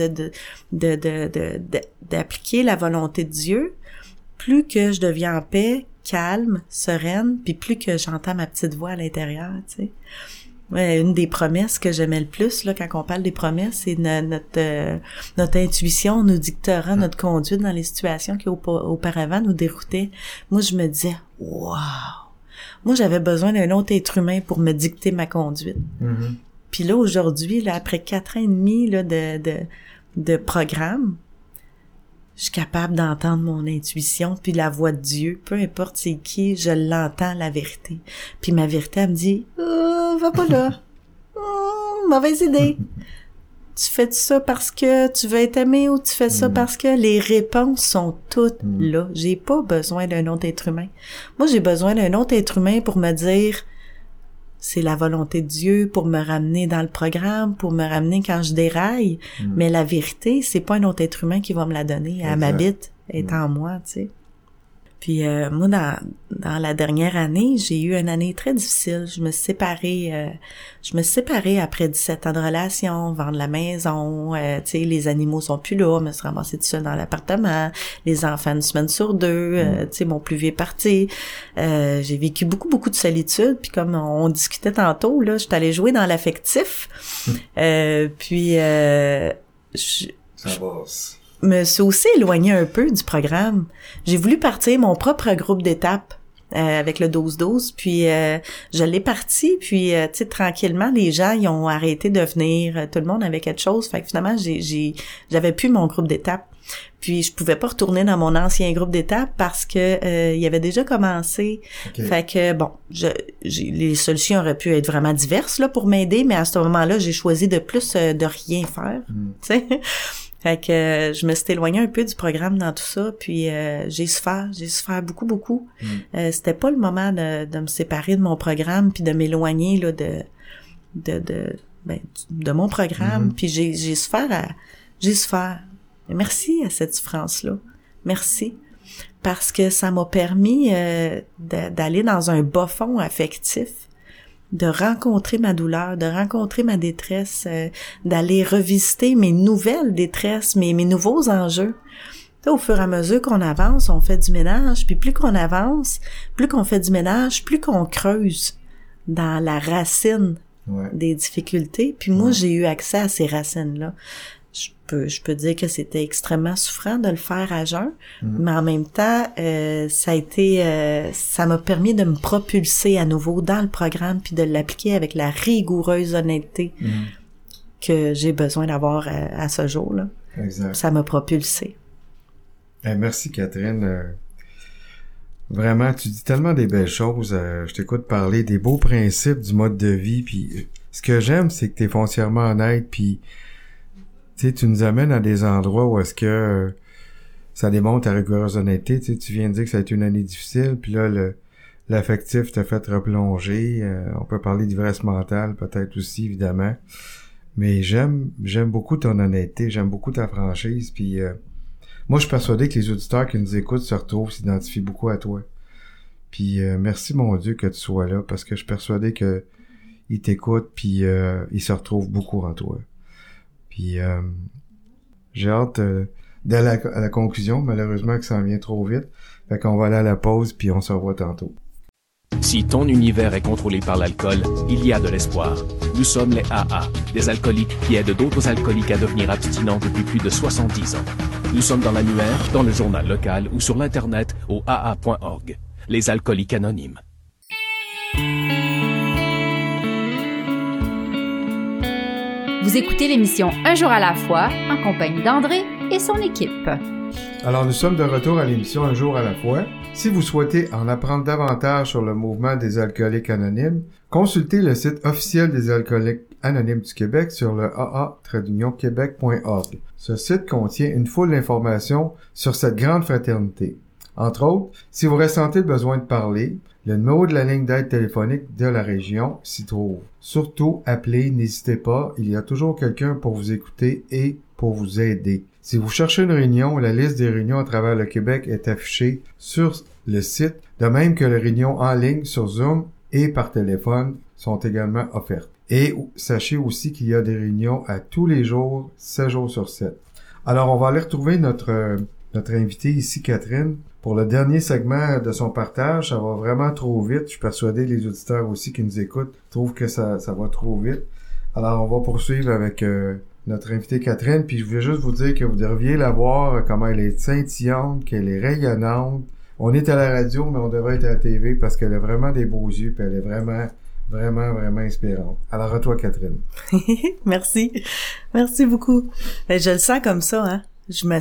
d'appliquer la volonté de Dieu, plus que je deviens en paix, calme, sereine, puis plus que j'entends ma petite voix à l'intérieur, tu sais. Ouais, une des promesses que j'aimais le plus, là, quand on parle des promesses, c'est notre intuition nous dictera notre conduite dans les situations qui auparavant nous déroutaient. Moi, je me disais, waouh! Moi, j'avais besoin d'un autre être humain pour me dicter ma conduite. Puis là, aujourd'hui, là, après 4 ans et demi là, de programme, je suis capable d'entendre mon intuition, puis la voix de Dieu, peu importe c'est qui, je l'entends, la vérité. Puis ma vérité, elle me dit, va pas là. Mauvaise idée. Tu fais ça parce que tu veux être aimé ou tu fais ça parce que les réponses sont toutes là. J'ai pas besoin d'un autre être humain. Moi, j'ai besoin d'un autre être humain pour me dire c'est la volonté de Dieu pour me ramener dans le programme, pour me ramener quand je déraille. Mais la vérité, c'est pas un autre être humain qui va me la donner. Elle m'habite, elle est en moi, tu sais. Puis moi, dans la dernière année, j'ai eu une année très difficile. Je me suis séparée après 17 ans de relation, vendre la maison, tu sais, les animaux sont plus là, je me suis ramassée toute seule dans l'appartement, les enfants une semaine sur deux, tu sais, mon plus vieux est parti. J'ai vécu beaucoup de solitude, puis comme on discutait tantôt, là, j'étais allée jouer dans l'affectif. Puis ça passe. Me suis aussi éloignée un peu du programme. J'ai voulu partir mon propre groupe d'étapes avec le 12-12, puis je l'ai parti, puis tu sais, tranquillement, les gens, ils ont arrêté de venir, tout le monde avait quelque chose, fait que finalement, j'avais plus mon groupe d'étapes. Puis je pouvais pas retourner dans mon ancien groupe d'étapes parce que il avait déjà commencé. Okay. Fait que bon, les solutions auraient pu être vraiment diverses là pour m'aider, mais à ce moment-là, j'ai choisi de rien faire, tu sais. Fait que je me suis éloignée un peu du programme dans tout ça, puis j'ai souffert beaucoup. C'était pas le moment de me séparer de mon programme puis de m'éloigner là de mon programme, puis j'ai souffert. Merci à cette souffrance-là. Merci. Parce que ça m'a permis d'aller dans un bas fond affectif, de rencontrer ma douleur, de rencontrer ma détresse, d'aller revisiter mes nouvelles détresses, mes nouveaux enjeux. Au fur et à mesure qu'on avance, on fait du ménage, puis plus qu'on avance, plus qu'on fait du ménage, plus qu'on creuse dans la racine des difficultés. Puis moi, j'ai eu accès à ces racines-là. Je peux dire que c'était extrêmement souffrant de le faire à jeun, mais en même temps, ça m'a permis de me propulser à nouveau dans le programme puis de l'appliquer avec la rigoureuse honnêteté que j'ai besoin d'avoir à ce jour-là. Exact. Ça m'a propulsé. Merci Catherine. Vraiment, tu dis tellement des belles choses. Je t'écoute parler des beaux principes du mode de vie. Puis ce que j'aime, c'est que tu es foncièrement honnête. Puis tu nous amènes à des endroits où est-ce que ça démontre ta rigoureuse honnêteté. Tu viens de dire que ça a été une année difficile, puis là, l'affectif t'a fait replonger. On peut parler d'ivresse mentale, peut-être aussi, évidemment. Mais j'aime beaucoup ton honnêteté, j'aime beaucoup ta franchise, puis moi, je suis persuadé que les auditeurs qui nous écoutent se retrouvent, s'identifient beaucoup à toi. Puis merci, mon Dieu, que tu sois là, parce que je suis persuadé que ils t'écoutent, puis ils se retrouvent beaucoup en toi. Puis j'ai hâte d'aller à la conclusion, malheureusement que ça en vient trop vite. Fait qu'on va aller à la pause, puis on se revoit tantôt. Si ton univers est contrôlé par l'alcool, il y a de l'espoir. Nous sommes les AA, des alcooliques qui aident d'autres alcooliques à devenir abstinents depuis plus de 70 ans. Nous sommes dans l'annuaire, dans le journal local ou sur l'Internet au aa.org. Les alcooliques anonymes. Vous écoutez l'émission Un jour à la fois en compagnie d'André et son équipe. Alors, nous sommes de retour à l'émission Un jour à la fois. Si vous souhaitez en apprendre davantage sur le mouvement des alcooliques anonymes, consultez le site officiel des alcooliques anonymes du Québec sur le aa-québec.org. Ce site contient une foule d'informations sur cette grande fraternité. Entre autres, si vous ressentez le besoin de parler, le numéro de la ligne d'aide téléphonique de la région s'y trouve. Surtout, appelez, n'hésitez pas, il y a toujours quelqu'un pour vous écouter et pour vous aider. Si vous cherchez une réunion, la liste des réunions à travers le Québec est affichée sur le site, de même que les réunions en ligne sur Zoom et par téléphone sont également offertes. Et sachez aussi qu'il y a des réunions à tous les jours, 7 jours sur 7. Alors, on va aller retrouver notre invitée ici, Catherine, pour le dernier segment de son partage. Ça va vraiment trop vite. Je suis persuadé que les auditeurs aussi qui nous écoutent trouvent que ça va trop vite. Alors, on va poursuivre avec notre invitée Catherine. Puis je voulais juste vous dire que vous devriez la voir, comment elle est scintillante, qu'elle est rayonnante. On est à la radio, mais on devrait être à la TV parce qu'elle a vraiment des beaux yeux, puis elle est vraiment inspirante. Alors, à toi, Catherine. Merci. Merci beaucoup. Je le sens comme ça, hein. Je me sens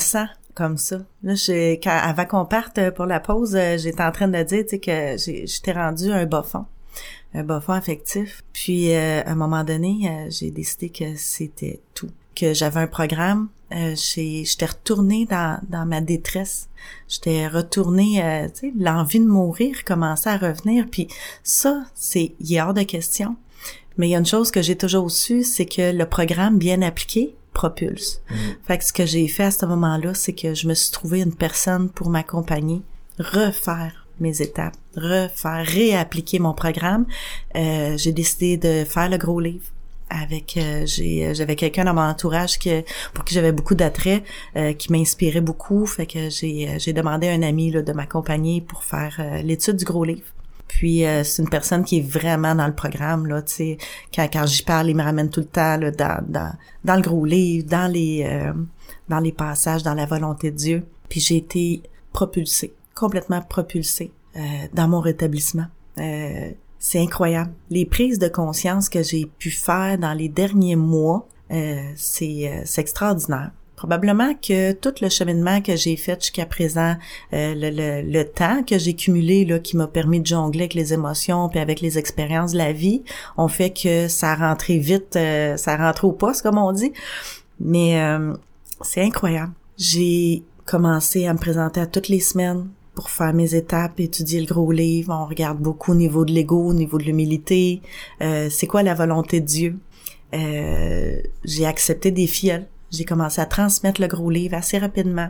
comme ça. Là, avant qu'on parte pour la pause, j'étais en train de dire, tu sais, que j'étais rendue un bas fond affectif. Puis, à un moment donné, j'ai décidé que c'était tout. Que j'avais un programme, j'étais retournée dans ma détresse. J'étais retournée, tu sais, l'envie de mourir commençait à revenir. Puis ça, il est hors de question. Mais il y a une chose que j'ai toujours su, c'est que le programme bien appliqué propulse. Fait que ce que j'ai fait à ce moment-là, c'est que je me suis trouvé une personne pour m'accompagner, refaire mes étapes, réappliquer mon programme. J'ai décidé de faire le gros livre. J'avais quelqu'un dans mon entourage pour qui j'avais beaucoup d'attrait, qui m'inspirait beaucoup. Fait que j'ai demandé à un ami là, de m'accompagner pour faire l'étude du gros livre. Puis c'est une personne qui est vraiment dans le programme là, tu sais, quand j'y parle, il me ramène tout le temps là, dans le gros livre, dans les passages, dans la volonté de Dieu. Puis j'ai été complètement propulsée dans mon rétablissement. C'est incroyable. Les prises de conscience que j'ai pu faire dans les derniers mois, c'est extraordinaire. Probablement que tout le cheminement que j'ai fait jusqu'à présent, le temps que j'ai cumulé là, qui m'a permis de jongler avec les émotions puis avec les expériences de la vie, ont fait que ça a rentré vite, ça a rentré au poste comme on dit. Mais c'est incroyable. J'ai commencé à me présenter à toutes les semaines pour faire mes étapes, étudier le gros livre. On regarde beaucoup au niveau de l'ego, au niveau de l'humilité. C'est quoi la volonté de Dieu? J'ai accepté des filleuls. J'ai commencé à transmettre le gros livre assez rapidement.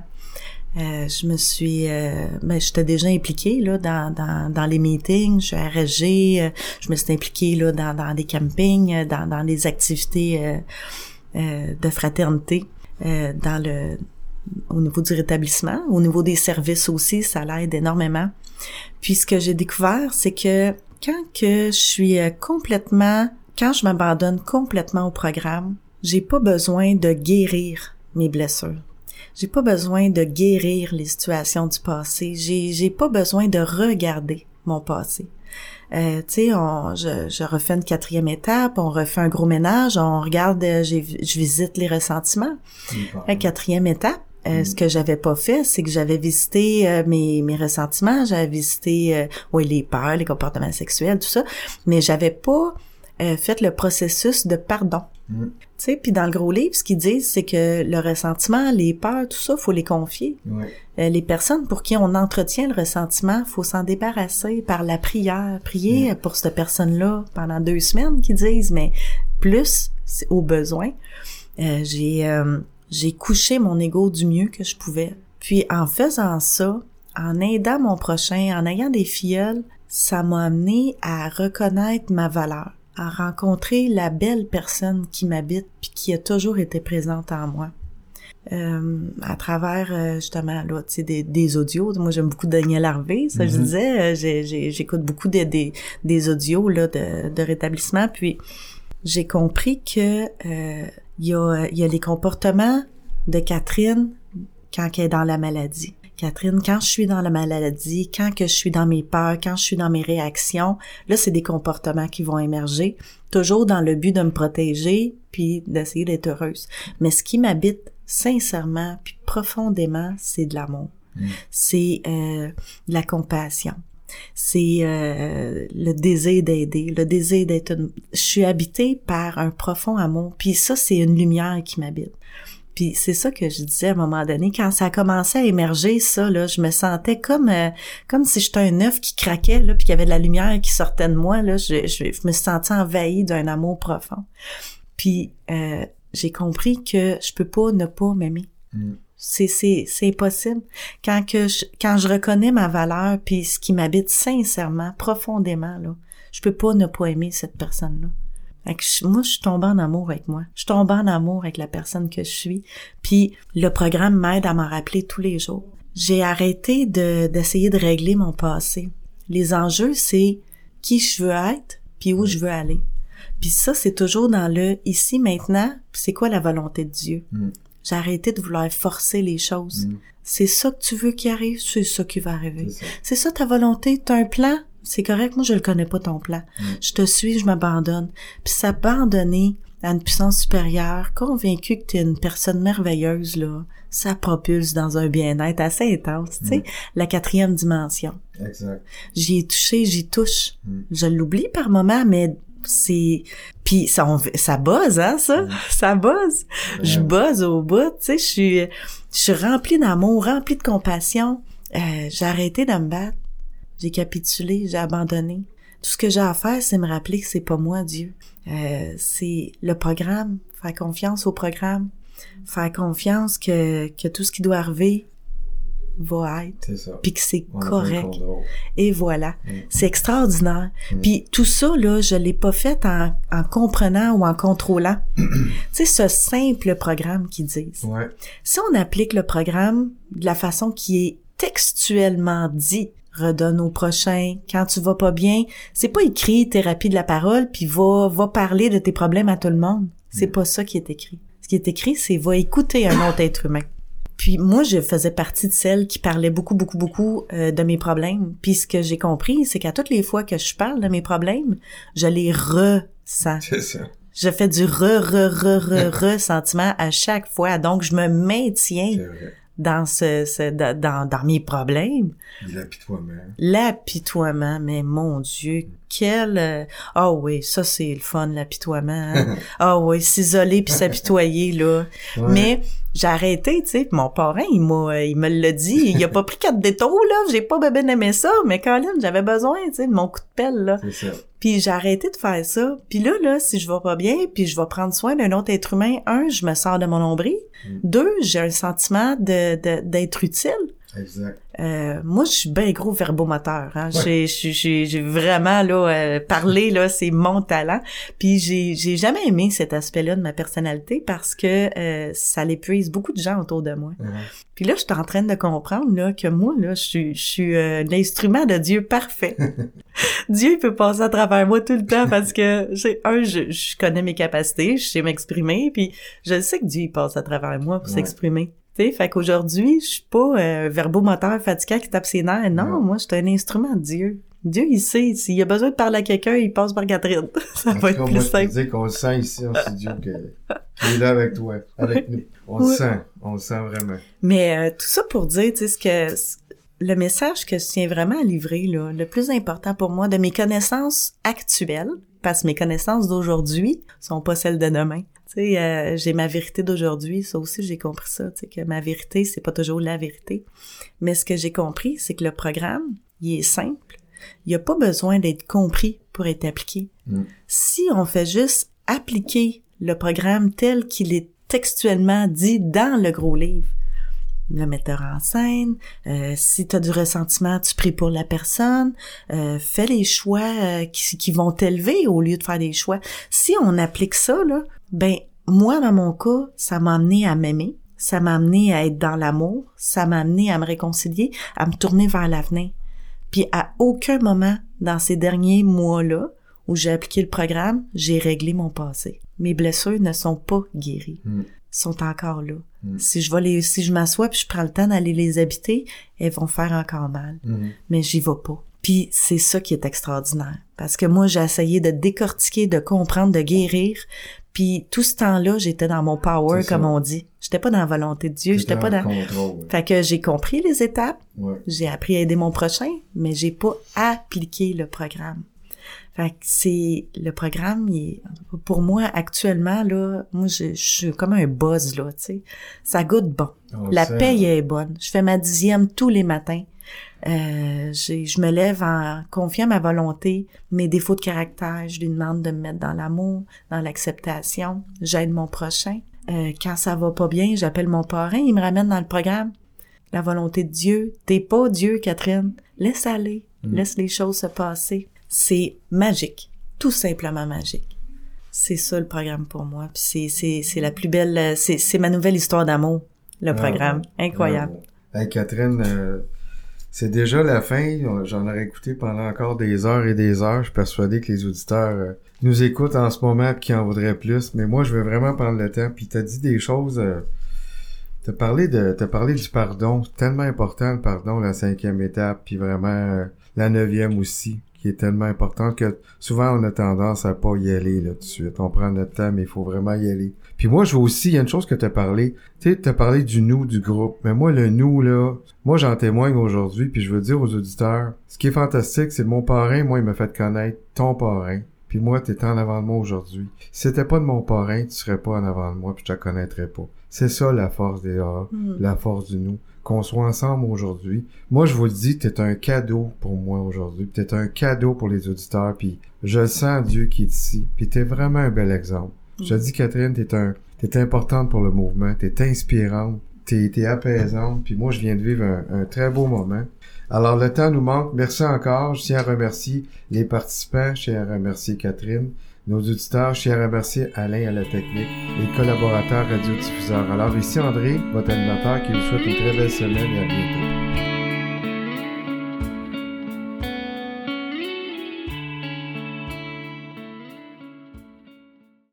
J'étais déjà impliquée là dans les meetings, je suis RSG, je me suis impliquée là dans des campings, dans des activités de fraternité, au niveau du rétablissement, au niveau des services aussi, ça l'aide énormément. Puis ce que j'ai découvert, c'est que quand je m'abandonne complètement au programme, j'ai pas besoin de guérir mes blessures. J'ai pas besoin de guérir les situations du passé. J'ai pas besoin de regarder mon passé. Tu sais, je refais une 4e étape, on refait un gros ménage, on regarde, je visite les ressentiments. La 4e étape, ce que j'avais pas fait, c'est que j'avais visité mes ressentiments, j'avais visité les peurs, les comportements sexuels, tout ça, mais j'avais pas fait le processus de pardon. Tu sais, puis dans le gros livre, ce qu'ils disent, c'est que le ressentiment, les peurs, tout ça, faut les confier. Les personnes pour qui on entretient le ressentiment, faut s'en débarrasser par la prière. Prier pour cette personne-là pendant 2 semaines, qu'ils disent, mais plus au besoin. J'ai couché mon ego du mieux que je pouvais. Puis en faisant ça, en aidant mon prochain, en ayant des filleuls, ça m'a amené à reconnaître ma valeur, à rencontrer la belle personne qui m'habite puis qui a toujours été présente en moi. À travers justement là, tu sais, des audios. Moi, j'aime beaucoup Daniel Harvey, ça je disais. J'écoute beaucoup des audios là de rétablissement. Puis j'ai compris que il y a les comportements de Catherine quand elle est dans la maladie. Catherine, quand je suis dans la maladie, quand que je suis dans mes peurs, quand je suis dans mes réactions, là, c'est des comportements qui vont émerger, toujours dans le but de me protéger puis d'essayer d'être heureuse. Mais ce qui m'habite sincèrement puis profondément, c'est de l'amour. C'est de la compassion. C'est le désir d'aider, le désir d'être je suis habitée par un profond amour, puis ça, c'est une lumière qui m'habite. Puis c'est ça que je disais à un moment donné, quand ça a commencé à émerger, ça, là, je me sentais comme si j'étais un œuf qui craquait, là, puis qu'il y avait de la lumière qui sortait de moi, là, je me sentais envahie d'un amour profond. Puis j'ai compris que je peux pas ne pas m'aimer. C'est impossible. Quand je reconnais ma valeur puis ce qui m'habite sincèrement, profondément, là, je peux pas ne pas aimer cette personne-là. Moi, je suis tombée en amour avec moi. Je suis tombée en amour avec la personne que je suis. Puis le programme m'aide à m'en rappeler tous les jours. J'ai arrêté d'essayer de régler mon passé. Les enjeux, c'est qui je veux être puis où je veux aller. Puis ça, c'est toujours dans le ici, maintenant, puis c'est quoi la volonté de Dieu. J'ai arrêté de vouloir forcer les choses. C'est ça que tu veux qui arrive, c'est ça qui va arriver. C'est ça ta volonté, t'as un plan, c'est correct, moi je le connais pas ton plan. Je te suis, je m'abandonne. Puis s'abandonner à une puissance supérieure, convaincu que t'es une personne merveilleuse, là, ça propulse dans un bien-être assez intense, tu sais, la 4e dimension. Exact. J'y ai touché, j'y touche. Je l'oublie par moment, mais c'est... Puis ça buzz, hein, ça? Ça buzz. Je buzz au bout, tu sais, je suis remplie d'amour, remplie de compassion. J'ai arrêté de me battre. J'ai capitulé, j'ai abandonné. Tout ce que j'ai à faire, c'est me rappeler que c'est pas moi, Dieu. C'est le programme, faire confiance au programme, faire confiance que tout ce qui doit arriver va être, c'est ça. Puis que c'est correct. Et voilà, c'est extraordinaire. Puis tout ça, là, je l'ai pas fait en comprenant ou en contrôlant. Tu sais, ce simple programme qu'ils disent. Ouais. Si on applique le programme de la façon qui est textuellement dit, redonne au prochain, quand tu vas pas bien, c'est pas écrit thérapie de la parole puis va parler de tes problèmes à tout le monde. C'est pas ça qui est écrit. Ce qui est écrit, c'est va écouter un autre être humain. Puis moi, je faisais partie de celles qui parlaient beaucoup de mes problèmes. Puis ce que j'ai compris, c'est qu'à toutes les fois que je parle de mes problèmes, je les ressens. C'est ça. Je fais du ressentiment à chaque fois. Donc, je me maintiens dans dans mes problèmes. L'apitoiement, mais mon Dieu, quel... Ah oui, ça c'est le fun, l'apitoiement. Hein? Ah oui, s'isoler puis s'apitoyer, là. Ouais. Mais j'ai arrêté, tu sais, mon parrain, il me l'a dit, il a pas pris 4 détours, là, j'ai pas ben aimé ça, mais Colin, j'avais besoin, tu sais, de mon coup de pelle, là. C'est ça. Puis j'ai arrêté de faire ça. Puis là, si je vais pas bien, puis je vais prendre soin d'un autre être humain, 1, je me sors de mon nombril. 2, j'ai un sentiment d'être utile. Exact. Moi, je suis ben gros verbomoteur. Hein. Ouais. J'ai vraiment là parler là, c'est mon talent. Puis j'ai jamais aimé cet aspect-là de ma personnalité parce que ça l'épuise beaucoup de gens autour de moi. Puis là, je suis en train de comprendre là que moi là, je suis l'instrument de Dieu parfait. Dieu il peut passer à travers moi tout le temps parce que je connais mes capacités, je sais m'exprimer, puis je sais que Dieu il passe à travers moi pour s'exprimer. T'sais, fait qu'aujourd'hui, je suis pas un verbomoteur fatiguant qui tape ses nerfs. Non, moi, je suis un instrument de Dieu. Dieu, il sait. S'il a besoin de parler à quelqu'un, il passe par Catherine. Ça va être plus simple. Je te dis qu'on le sent ici en studio, qu'il est là avec toi, avec nous. On le sent vraiment. Mais tout ça pour dire, tu sais, le message que je tiens vraiment à livrer, là, le plus important pour moi, de mes connaissances actuelles, parce que mes connaissances d'aujourd'hui sont pas celles de demain. Tu sais, j'ai ma vérité d'aujourd'hui, ça aussi j'ai compris ça, tu sais, que ma vérité, c'est pas toujours la vérité. Mais ce que j'ai compris, c'est que le programme, il est simple. Il y a pas besoin d'être compris pour être appliqué. Si on fait juste appliquer le programme tel qu'il est textuellement dit dans le gros livre, le metteur en scène, si tu as du ressentiment, tu pries pour la personne, fais les choix qui vont t'élever au lieu de faire des choix. Si on applique ça, là, ben moi, dans mon cas, ça m'a amené à m'aimer, ça m'a amené à être dans l'amour, ça m'a amené à me réconcilier, à me tourner vers l'avenir. Puis à aucun moment dans ces derniers mois-là où j'ai appliqué le programme, j'ai réglé mon passé. Mes blessures ne sont pas guéries. Sont encore là. Si je m'assois puis je prends le temps d'aller les habiter, elles vont faire encore mal. Mais j'y vais pas. Puis c'est ça qui est extraordinaire. Parce que moi, j'ai essayé de décortiquer, de comprendre, de guérir. Puis tout ce temps-là, j'étais dans mon power, comme on dit. J'étais pas dans la volonté de Dieu. J'étais pas dans... Contrôle, Fait que j'ai compris les étapes. J'ai appris à aider mon prochain, mais j'ai pas appliqué le programme. Fait que c'est le programme, pour moi actuellement là, moi je suis comme un buzz là, tu sais. Ça goûte bon. La paye est bonne. Je fais ma 10e tous les matins. Je me lève en confiant ma volonté, mes défauts de caractère, je lui demande de me mettre dans l'amour, dans l'acceptation, j'aide mon prochain. Quand ça va pas bien, j'appelle mon parrain, il me ramène dans le programme. La volonté de Dieu, t'es pas Dieu, Catherine. Laisse aller, laisse les choses se passer. C'est magique, tout simplement magique. C'est ça le programme pour moi. Puis c'est la plus belle, c'est ma nouvelle histoire d'amour, le programme. Incroyable. Hey, Catherine, c'est déjà la fin. J'en aurais écouté pendant encore des heures et des heures. Je suis persuadé que les auditeurs nous écoutent en ce moment et qui en voudraient plus. Mais moi, je veux vraiment prendre le temps. Puis t'as dit des choses. T'as parlé du pardon. C'est tellement important le pardon, la 5e étape. Puis vraiment la 9e aussi, qui est tellement importante que souvent on a tendance à pas y aller là tout de suite. On prend notre temps, mais il faut vraiment y aller. Puis moi, je veux aussi, il y a une chose que t'as parlé. Tu sais, t'as parlé du nous du groupe. Mais moi, le nous, là, moi, j'en témoigne aujourd'hui, puis je veux dire aux auditeurs, ce qui est fantastique, c'est mon parrain, moi, il m'a fait connaître ton parrain. Puis moi, t'es en avant de moi aujourd'hui. Si c'était pas de mon parrain, tu serais pas en avant de moi, puis je te connaîtrais pas. C'est ça la force des AA, la force du nous. Qu'on soit ensemble aujourd'hui. Moi, je vous le dis, t'es un cadeau pour moi aujourd'hui. T'es un cadeau pour les auditeurs, puis je sens Dieu qui est ici. Puis t'es vraiment un bel exemple. Je te dis, Catherine, t'es importante pour le mouvement, t'es inspirante, t'es apaisante, puis moi, je viens de vivre un très beau moment. Alors, le temps nous manque. Merci encore. Je tiens à remercier les participants. Je tiens à remercier Catherine, nos auditeurs. Je tiens à remercier Alain à la technique, les collaborateurs radiodiffuseurs. Alors, ici André, votre animateur, qui vous souhaite une très belle semaine et à bientôt.